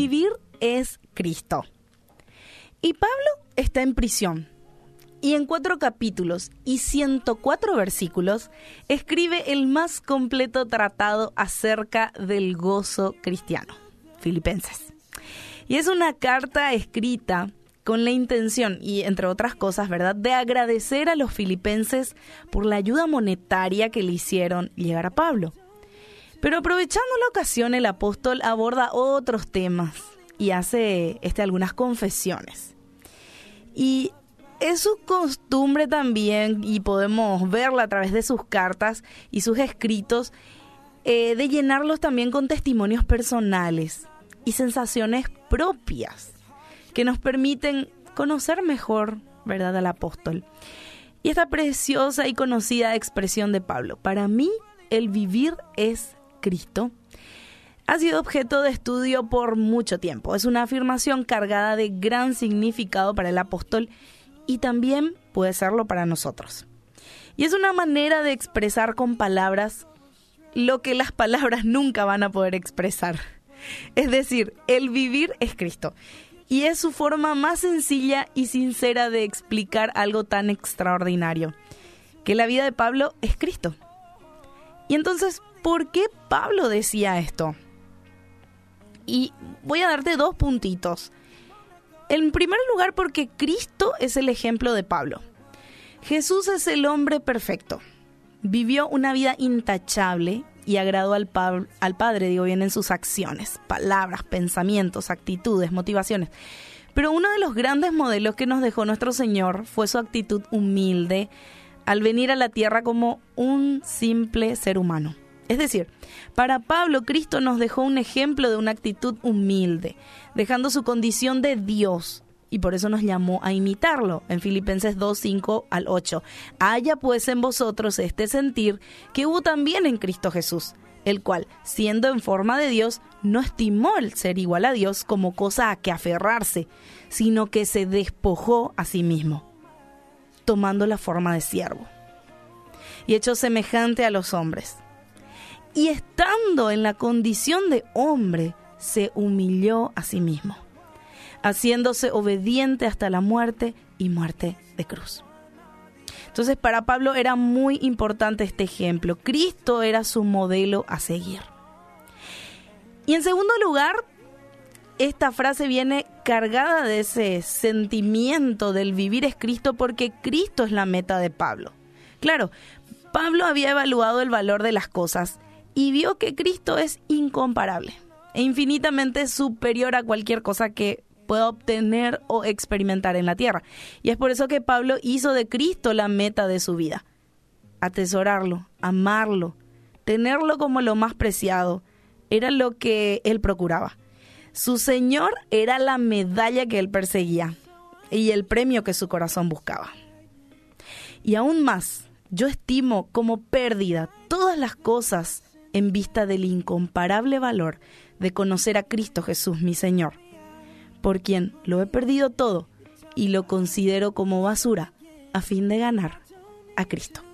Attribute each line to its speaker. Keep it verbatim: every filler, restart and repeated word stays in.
Speaker 1: vivir es Cristo. Y Pablo está en prisión. Y en cuatro capítulos y ciento cuatro versículos escribe el más completo tratado acerca del gozo cristiano, Filipenses. Y es una carta escrita con la intención, y entre otras cosas, ¿verdad?, de agradecer a los filipenses por la ayuda monetaria que le hicieron llegar a Pablo. Pero aprovechando la ocasión, el apóstol aborda otros temas y hace este, algunas confesiones. Y es su costumbre también, y podemos verla a través de sus cartas y sus escritos, eh, de llenarlos también con testimonios personales y sensaciones propias que nos permiten conocer mejor, ¿verdad?, al apóstol. Y esta preciosa y conocida expresión de Pablo, para mí el vivir es Cristo, ha sido objeto de estudio por mucho tiempo. Es una afirmación cargada de gran significado para el apóstol y también puede serlo para nosotros. Y es una manera de expresar con palabras lo que las palabras nunca van a poder expresar. Es decir, el vivir es Cristo. Y es su forma más sencilla y sincera de explicar algo tan extraordinario, que la vida de Pablo es Cristo. Y entonces, ¿por qué Pablo decía esto? Y voy a darte dos puntitos. En primer lugar, porque Cristo es el ejemplo de Pablo. Jesús es el hombre perfecto. Vivió una vida intachable y agradó al, pa- al Padre, digo bien, en sus acciones, palabras, pensamientos, actitudes, motivaciones. Pero uno de los grandes modelos que nos dejó nuestro Señor fue su actitud humilde al venir a la tierra como un simple ser humano. Es decir, para Pablo, Cristo nos dejó un ejemplo de una actitud humilde, dejando su condición de Dios, y por eso nos llamó a imitarlo, en Filipenses dos, cinco al ocho. Haya pues en vosotros este sentir que hubo también en Cristo Jesús, el cual, siendo en forma de Dios, no estimó el ser igual a Dios como cosa a que aferrarse, sino que se despojó a sí mismo, tomando la forma de siervo, y hecho semejante a los hombres. Y estando en la condición de hombre, se humilló a sí mismo, haciéndose obediente hasta la muerte y muerte de cruz. Entonces, para Pablo era muy importante este ejemplo. Cristo era su modelo a seguir. Y en segundo lugar, esta frase viene cargada de ese sentimiento del vivir es Cristo, porque Cristo es la meta de Pablo. Claro, Pablo había evaluado el valor de las cosas y vio que Cristo es incomparable e infinitamente superior a cualquier cosa que pueda obtener o experimentar en la tierra. Y es por eso que Pablo hizo de Cristo la meta de su vida. Atesorarlo, amarlo, tenerlo como lo más preciado, era lo que él procuraba. Su Señor era la medalla que él perseguía y el premio que su corazón buscaba. Y aún más, yo estimo como pérdida todas las cosas en vista del incomparable valor de conocer a Cristo Jesús, mi Señor, por quien lo he perdido todo y lo considero como basura a fin de ganar a Cristo.